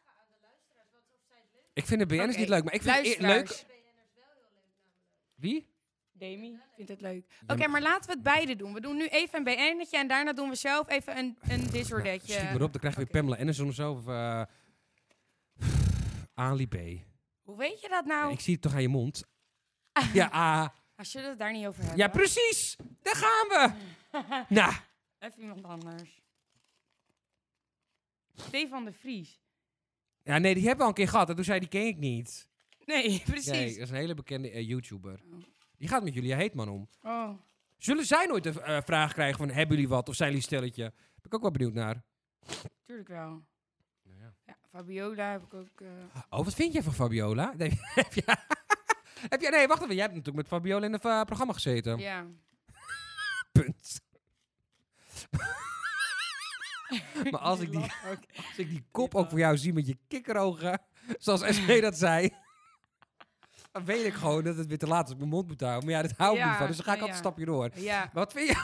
Ik vind de B N'ers Oké, niet leuk, maar ik vind het e- leuk... luisteraars. Wie? Demi vindt het leuk. Oké, maar laten we het beide doen. We doen nu even een B N'ertje en daarna doen we zelf even een, een disordetje. Schiet maar op, dan krijg je Oké. weer Pamela Anderson of zo. Of uh, Ali B. Hoe weet je dat nou? Ik zie het toch aan je mond. Ja, ah. Als je het daar niet over hebt. Ja, precies. Daar gaan we. Nou, Even iemand anders. Stefan de Vries. ja, nee, die hebben we al een keer gehad. En toen zei die ken ik niet. Nee, precies. Nee, dat is een hele bekende eh, YouTuber. Oh. Die gaat met Julia Heetman om. Oh. Zullen zij nooit de eh, vraag krijgen van, hebben jullie wat? Of zijn jullie stelletje? Ben ik ook wel benieuwd naar. Tuurlijk wel. Nou ja. Ja, Fabiola heb ik ook... eh, Oh, wat vind jij van Fabiola? Nee, heb jij... heb jij... Nee, wacht even. Jij hebt natuurlijk met Fabiola in het uh, programma gezeten. ja. Punt. Maar als ik, die, als ik die kop ook voor jou zie met je kikkerogen, zoals Esme dat zei, dan weet ik gewoon dat het weer te laat is op mijn mond moet houden. Maar ja, dat hou ik Ja, niet van, dus dan ga ik ja, altijd een ja. stapje door. Ja. Maar wat vind je?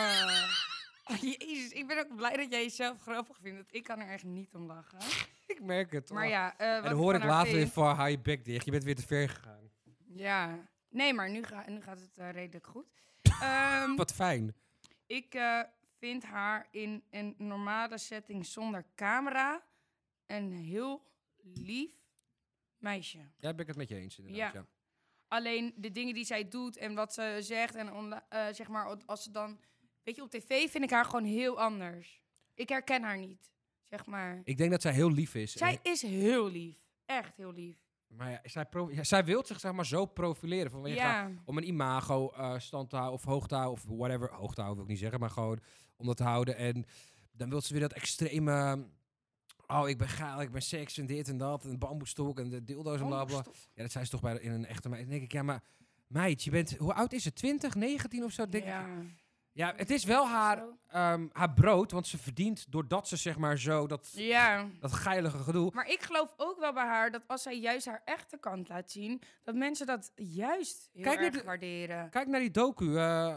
Oh. Oh, jezus, ik ben ook blij dat jij jezelf grappig vindt. Want ik kan er echt niet om lachen. Ik merk het. Maar oh. ja, eh, wat En dan hoor ik van haar later weer vind- van, hou je bek dicht. Je bent weer te ver gegaan. Ja. Nee, maar nu, ga, nu gaat het eh, redelijk goed. Ehm, Wat fijn. ik eh, vind haar in een normale setting zonder camera een heel lief meisje. Ja, ben ik het met je eens inderdaad. Ja. Ja. Alleen de dingen die zij doet en wat ze zegt en onla- eh, zeg maar als ze dan, weet je, op tv vind ik haar gewoon heel anders. Ik herken haar niet, zeg maar. Ik denk dat zij heel lief is. Zij is heel lief, echt heel lief. Maar ja, zij, pro- ja, zij wil zich zeg maar zo profileren. Van, wanneer Ja. om een imago eh, stand te houden of hoog te houden of whatever. Hoog te houden wil ik niet zeggen, maar gewoon om dat te houden. En dan wil ze weer dat extreme... Oh, ik ben gaal, ik ben seks en dit en dat. En bamboestok en de dildo's en bla bla. Ja, dat zei ze toch bij de- in een echte meid. Dan denk ik, ja, maar meid, je bent... Hoe oud is ze? twintig, negentien of zo? Denk ik. Ja. Ja, het is wel haar, Zo. ehm, haar brood, want ze verdient doordat ze zeg maar zo dat, Ja. dat geilige gedoe... Maar ik geloof ook wel bij haar dat als zij juist haar echte kant laat zien, dat mensen dat juist heel Kijk naar erg de- waarderen. Kijk naar die docu. eh,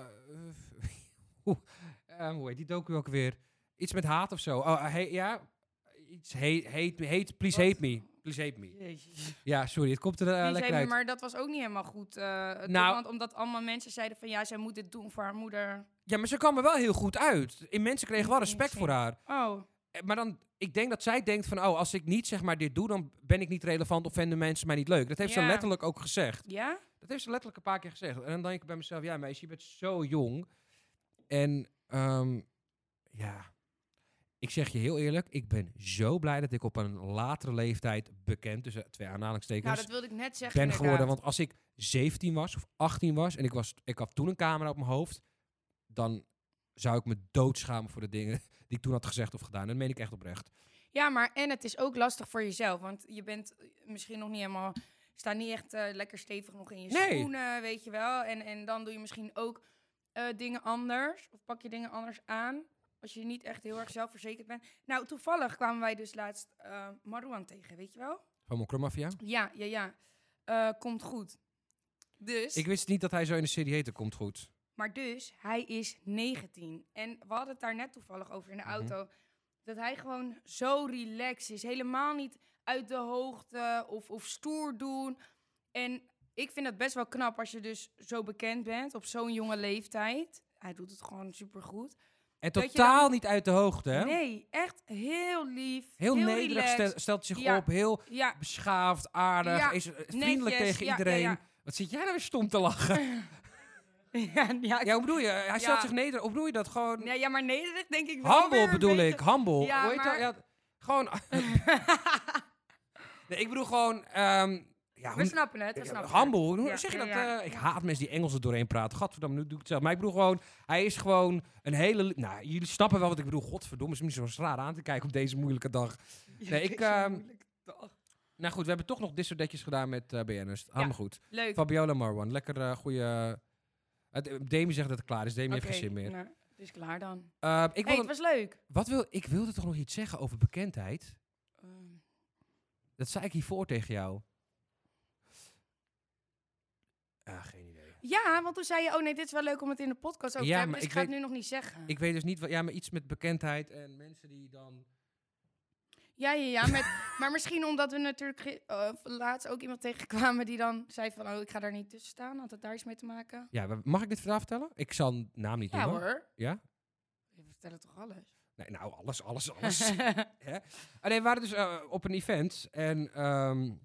hoe, eh, hoe heet die docu ook weer? Iets met haat of zo. Oh, hey, ja. Iets hate, hate, hate, please Wat? hate me. Please hate me. Jezus. Ja, sorry, het komt er uh, Die lekker zei, uit. maar dat was ook niet helemaal goed. eh, toch? Nou- Want omdat allemaal mensen zeiden van ja, zij moet dit doen voor haar moeder. Ja, maar ze kwam er wel heel goed uit. En mensen kregen wel respect voor haar. Oh, Eh, Maar dan, ik denk dat zij denkt van, oh, als ik niet zeg maar dit doe, dan ben ik niet relevant of vinden mensen mij niet leuk. Dat heeft ze Ja. letterlijk ook gezegd. ja? Dat heeft ze letterlijk een paar keer gezegd. En dan denk ik bij mezelf, ja meisje, je bent zo jong. En ehm, ja, ik zeg je heel eerlijk, ik ben zo blij dat ik op een latere leeftijd bekend, dus twee aanhalingstekens, Nou, dat wilde ik net zeggen. ben geworden. inderdaad. Want als ik zeventien was of achttien was en ik, was, ik had toen een camera op mijn hoofd, dan zou ik me doodschamen voor de dingen die ik toen had gezegd of gedaan. En dat meen ik echt oprecht. Ja, maar en het is ook lastig voor jezelf. Want je bent misschien nog niet helemaal... Sta niet echt eh, lekker stevig nog in je Nee. schoenen, weet je wel. En, en dan doe je misschien ook eh, dingen anders. Of pak je dingen anders aan. Als je niet echt heel erg zelfverzekerd bent. Nou, toevallig kwamen wij dus laatst uh, Marouane tegen, weet je wel? Van Mokromafia. Ja, ja, ja. Eh, komt goed. Dus... Ik wist niet dat hij zo in de serie heette, komt goed. Maar dus, hij is negentien. En we hadden het daar net toevallig over in de Mhm. auto. Dat hij gewoon zo relaxed is. Helemaal niet uit de hoogte of, of stoer doen. En ik vind dat best wel knap als je dus zo bekend bent op zo'n jonge leeftijd. Hij doet het gewoon supergoed. En Dat je totaal dan- niet uit de hoogte, hè? Nee, echt heel lief. Heel, heel nederig relaxed. stel- stelt zich Ja. op, heel Ja, beschaafd, aardig, Ja, is eh, vriendelijk netjes, tegen ja, iedereen. ja, Wat zit jij nou weer stom te lachen? ja, ja, Ja, hoe bedoel je? Hij stelt Ja. zich nederig. Hoe bedoel je dat? Gewoon ja, ja, maar nederig denk ik wel weer humble een bedoel beetje- ik. Humble. Ja, Hoe heet maar- dat? Ja, gewoon... Nee, ik bedoel gewoon... Um, ja, We snappen het, we snappen humble, het. hoe Ja, zeg je ja, dat? ja. Uh, ik haat mensen die Engels er doorheen praten. Gadverdamme, nu doe ik het zelf. Maar ik bedoel gewoon, hij is gewoon een hele... li- Nou, jullie snappen wel wat ik bedoel. Godverdomme, is niet zo raar aan te kijken op deze moeilijke dag. Nee, ik... Um, nou goed, we hebben toch nog dit soort datjes gedaan met uh, B N'ers. Helemaal Ja, goed. Leuk. Fabiola Marwan, lekker uh, goede... Uh, Demi zegt dat het klaar is. Demi Oké, heeft geen zin meer. nou, het is klaar dan. Uh, ik, Hey, wilde, het was leuk. wat wil, ik wilde toch nog iets zeggen over bekendheid? Um, Dat zei ik hiervoor tegen jou. Ah, geen idee. ja, want toen zei je, oh nee, dit is wel leuk om het in de podcast over Ja, te hebben, maar dus ik ik ga het weet- nu nog niet zeggen. Ik weet dus niet... wat. Ja, maar iets met bekendheid en mensen die dan... Ja, ja, ja. Met, maar misschien omdat we natuurlijk ge- uh, laatst ook iemand tegenkwamen die dan zei van, oh, ik ga daar niet tussen staan. Had het daar iets mee te maken? Ja, wa- mag ik dit verhaal vertellen? Ik zal een naam niet Ja noemen. hoor. Ja? We vertellen toch alles? Nee, nou, alles, alles, alles. Hè? Ah, nee, we waren dus uh, op een event en um,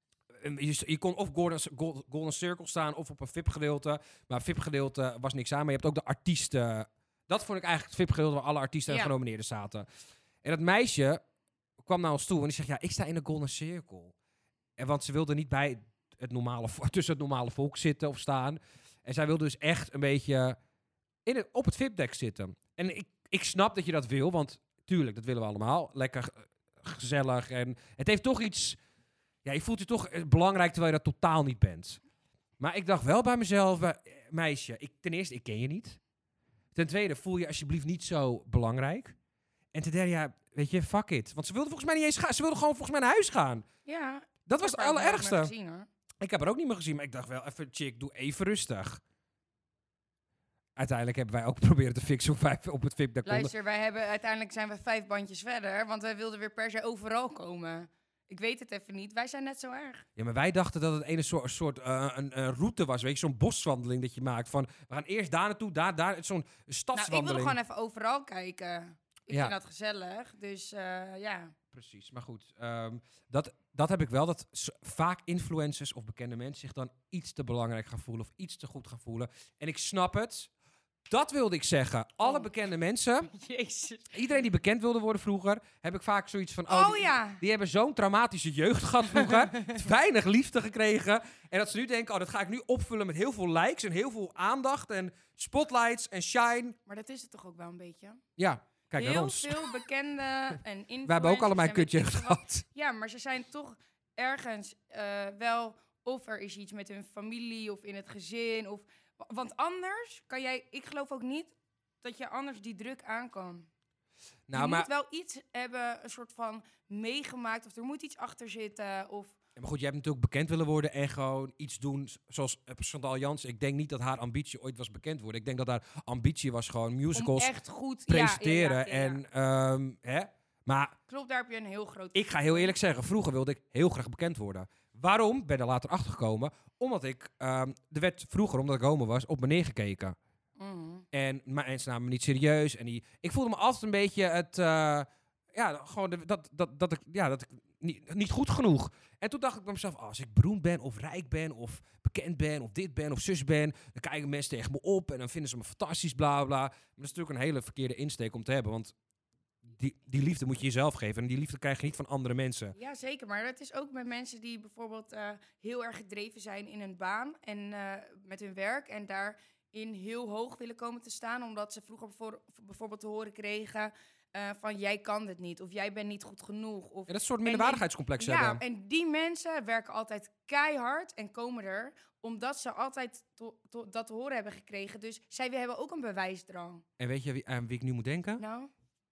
je, je kon of Golden, Gold- Golden Circle staan of op een V I P-gedeelte. Maar V I P-gedeelte was niks aan, maar je hebt ook de artiesten. Dat vond ik eigenlijk het V I P-gedeelte waar alle artiesten en Ja. genomineerden zaten. En dat meisje kwam naar ons toe en die zegt, ja, ik sta in de Golden Circle. En want ze wilde niet bij het normale, vo- tussen het normale volk zitten of staan. En zij wilde dus echt een beetje in het, op het V I P-dek zitten. En ik, ik snap dat je dat wil, want tuurlijk, dat willen we allemaal. Lekker eh, gezellig. En het heeft toch iets... Ja, je voelt je toch eh, belangrijk terwijl je dat totaal niet bent. Maar ik dacht wel bij mezelf, eh, meisje, ik, ten eerste, ik ken je niet. Ten tweede, voel je alsjeblieft niet zo belangrijk. En ten derde, ja, weet je, fuck it. Want ze wilde volgens mij niet eens gaan. Ze wilde gewoon volgens mij naar huis gaan. Ja. Dat was ik het heb haar ook allerergste. nooit meer gezien, hoor. Ik heb haar ook niet meer gezien, maar ik dacht wel, even chick, doe even rustig. Uiteindelijk hebben wij ook proberen te fixen hoe wij op het V I P-dek konden. Luister, wij hebben, uiteindelijk zijn we vijf bandjes verder, want wij wilden weer per se overal komen. Ik weet het even niet. Wij zijn net zo erg. Ja, maar wij dachten dat het een soort, soort uh, een, een route was, weet je, zo'n boswandeling dat je maakt. Van, we gaan eerst daar naartoe, daar, daar, zo'n Nou, ik stadswandeling. wilde gewoon even overal kijken. Ik Ja. vind dat gezellig, dus uh, ja. Precies, maar goed. Um, dat, dat heb ik wel, dat s- vaak influencers of bekende mensen zich dan iets te belangrijk gaan voelen of iets te goed gaan voelen. En ik snap het. Dat wilde ik zeggen. Alle Oh. bekende mensen, Jezus. iedereen die bekend wilde worden vroeger, heb ik vaak zoiets van... Oh, Oh, die, ja. die hebben zo'n traumatische jeugd gehad vroeger. Weinig liefde gekregen. En dat ze nu denken, oh, dat ga ik nu opvullen met heel veel likes en heel veel aandacht en spotlights en shine. Maar dat is het toch ook wel een beetje? Ja, kijk naar Heel ons. veel bekende en influencers. We hebben ook allemaal een en weet kutjeugd ik wat. gehad. Ja, maar ze zijn toch ergens uh, wel... Of er is iets met hun familie of in het gezin. Of, want anders kan jij... Ik geloof ook niet dat je anders die druk aan kan. Nou, je maar, moet wel iets hebben, een soort van meegemaakt. Of er moet iets achter zitten. Of ja, maar goed, je hebt natuurlijk bekend willen worden en gewoon iets doen s- zoals uh, Chantal Jansen. Ik denk niet dat haar ambitie ooit was bekend worden. Ik denk dat haar ambitie was gewoon musicals om echt goed... presenteren. Ja, ja, ja, ja, ja. En, um, hè? Maar Klopt, daar heb je een heel groot... ik ga heel eerlijk zeggen, vroeger wilde ik heel graag bekend worden. Waarom? Ben er later achter gekomen. Omdat ik, um, er werd vroeger, omdat ik homo was, op me neergekeken. Mhm. En maar mensen namen me niet serieus. En die, ik voelde me altijd een beetje het, uh, ja, gewoon de, dat, dat, dat ik, ja, dat ik niet, niet goed genoeg. En toen dacht ik bij mezelf, oh, als ik beroemd ben of rijk ben of bekend ben of dit ben of zus ben, dan kijken mensen tegen me op en dan vinden ze me fantastisch, bla bla. Maar dat is natuurlijk een hele verkeerde insteek om te hebben, want die, die liefde moet je jezelf geven en die liefde krijg je niet van andere mensen. Ja, zeker. Maar dat is ook met mensen die bijvoorbeeld uh, heel erg gedreven zijn in hun baan en uh, met hun werk. En daarin heel hoog willen komen te staan. Omdat ze vroeger bijvoor- bijvoorbeeld te horen kregen uh, van jij kan dit niet. Of jij bent niet goed genoeg. Of, En dat soort minderwaardigheidscomplex ja, hebben. en die mensen werken altijd keihard en komen er omdat ze altijd to- to- dat te horen hebben gekregen. Dus zij hebben ook een bewijsdrang. En weet je wie, aan wie ik nu moet denken? Nou,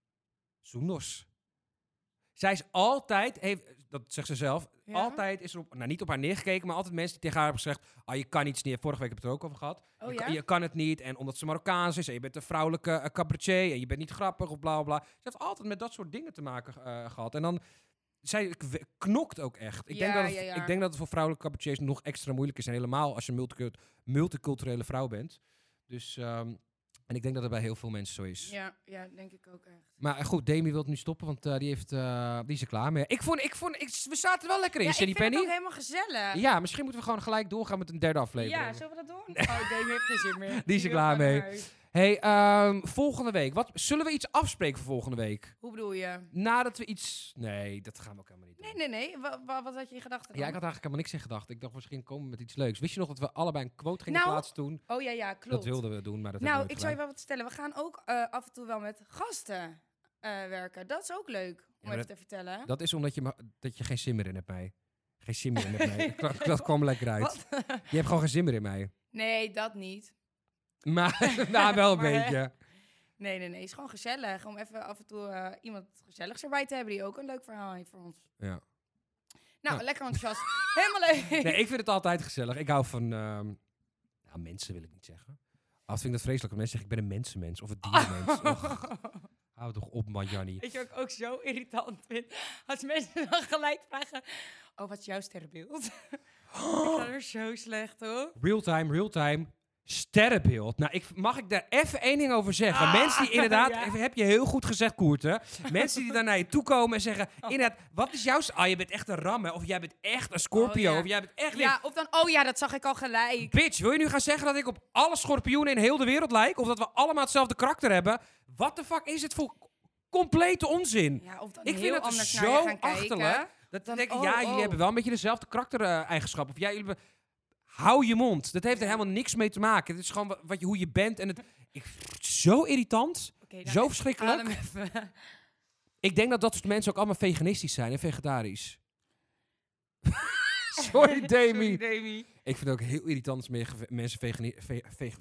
Soendos. Zij is altijd, heeft, dat zegt ze zelf, Ja? altijd is er op, nou niet op haar neergekeken, maar altijd mensen die tegen haar hebben gezegd, ah, je kan iets niet. Vorige week heb ik het er ook over gehad. oh je, ja? kan, je kan het niet en omdat ze Marokkaans is en je bent een vrouwelijke uh, cabaretier en je bent niet grappig of bla bla bla. Ze heeft altijd met dat soort dingen te maken uh, gehad. En dan, zij k- knokt ook echt. Ik, Ja, denk dat het, ja, ja. ik denk dat het voor vrouwelijke cabaretiers nog extra moeilijk is. En helemaal als je een multicult- multiculturele vrouw bent. Dus, um, en ik denk dat het bij heel veel mensen zo is. Ja, ja, denk ik ook echt. Maar goed, Demi wil het nu stoppen, want uh, die, heeft, uh, die is er klaar mee. Ik vond, ik vond, ik, we zaten er wel lekker in, Ja, Cindy ik vind Penny. het ook helemaal gezellig. Ja, misschien moeten we gewoon gelijk doorgaan met een derde aflevering. Ja, zullen we dat doen? Oh, Dave heeft geen zin meer. Die is er wil klaar gewoon mee. naar huis. Hey, um, volgende week. Wat, zullen we iets afspreken voor volgende week? Hoe bedoel je? Nadat we iets... Nee, dat gaan we ook helemaal niet doen. Nee, nee, nee. Wa- wa- wat had je in gedachten dan? Ja, ik had eigenlijk helemaal niks in gedachten. Ik dacht, misschien komen we met iets leuks. Wist je nog dat we allebei een quote gingen Nou, plaatsen toen? Oh ja, ja, klopt. Dat wilden we doen, maar dat Nou, hebben we ik nooit zou je gedaan. wel wat stellen. We gaan ook uh, af en toe wel met gasten uh, werken. Dat is ook leuk om maar even dat- te vertellen. Dat is omdat je, ma- dat je geen zin meer in hebt mij. Geen zin meer in hebt mij. Dat, dat kwam lekker uit. Wat? Je hebt gewoon geen zin meer in mij. Nee, dat niet. Maar, maar wel een Maar, hè? beetje. Nee, nee, nee. Het is gewoon gezellig. Om even af en toe uh, iemand gezelligs erbij te hebben die ook een leuk verhaal heeft voor ons. Ja. Nou, Ja. lekker enthousiast. Helemaal leuk. Nee, ik vind het altijd gezellig. Ik hou van... ehm, nou, mensen wil ik niet zeggen. Als vind ik dat vreselijk als mensen zeggen, ik ben een mensenmens. Of een dierenmens. Och, hou toch op, man, Jannie. Weet je wat ik ook zo irritant vind? Als mensen dan gelijk vragen... Oh, wat is jouw sterrenbeeld? Ik ga er zo slecht, hoor. Real-time, real-time. Sterrenbeeld. Nou, ik, mag ik daar even één ding over zeggen? Ah, Mensen die inderdaad, ja. even, heb je heel goed gezegd, Koerten. Mensen die dan naar je toe komen en zeggen, inderdaad, wat is jouw... Ah, je bent echt een ram, hè? Of jij bent echt een Scorpio. Oh, ja. Of jij bent echt... Ja, of dan... Oh ja, dat zag ik al gelijk. Bitch, wil je nu gaan zeggen dat ik op alle schorpioenen in heel de wereld lijk? Of dat we allemaal hetzelfde karakter hebben? Wat de fuck is het voor complete onzin? Ja, of dan Ik heel vind het anders zo naar je gaan achterlijk. kijken. Dat Dan- denk ik, oh, ja, jullie oh. hebben wel een beetje dezelfde karaktereigenschappen. Of jij, jullie hebben... Hou je mond. Dat heeft er Ja. helemaal niks mee te maken. Het is gewoon wa- wat je, hoe je bent. En het, ik, zo irritant. Oké, nou, Zo verschrikkelijk. adem even. Ik denk dat dat soort mensen ook allemaal veganistisch zijn en vegetarisch. Sorry, Demi. Sorry, Demi. Ik vind het ook heel irritant als meer ge- mensen vegani- ve- vege-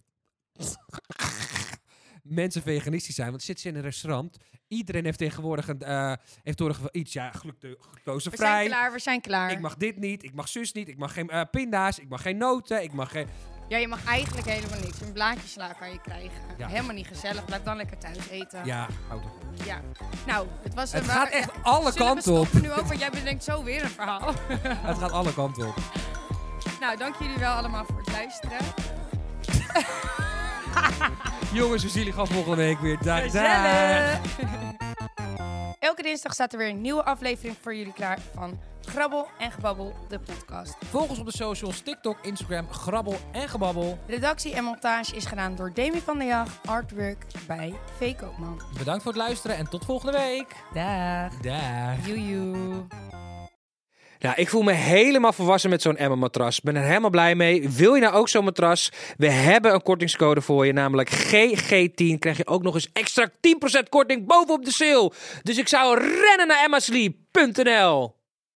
mensen veganistisch zijn. Want zitten ze in een restaurant. Iedereen heeft tegenwoordig een, eh, heeft tegenwoordig wel iets. Ja, glute- We zijn glucosevrij. klaar, we zijn klaar. Ik mag dit niet, ik mag zus niet, ik mag geen eh, pinda's, ik mag geen noten, ik mag geen... Ja, je mag eigenlijk helemaal niks. Een blaadje sla kan je krijgen. Ja. Helemaal niet gezellig. Blijf dan lekker thuis eten. Ja, houd toch op. Ja. Nou, het was... Het een gaat waar- echt ja, alle zullen kanten we op. stoppen nu ook, want jij bedenkt zo weer een verhaal. Het gaat alle kanten op. Nou, dank jullie wel allemaal voor het luisteren. Jongens, we zien jullie gewoon volgende week weer. Dag, dag. Gezellig! Elke dinsdag staat er weer een nieuwe aflevering voor jullie klaar van Grabbel en Gebabbel, de podcast. Volg ons op de socials, TikTok, Instagram, Grabbel en Gebabbel. Redactie en montage is gedaan door Demi van der Jag, artwork bij V. Koopman. Bedankt voor het luisteren en tot volgende week. Dag. Dag. Joejoe. Nou, ik voel me helemaal volwassen met zo'n Emma-matras. Ben er helemaal blij mee. Wil je nou ook zo'n matras? We hebben een kortingscode voor je, namelijk G G tien. Krijg je ook nog eens extra tien procent korting bovenop de sale. Dus ik zou rennen naar emma sleep punt n l.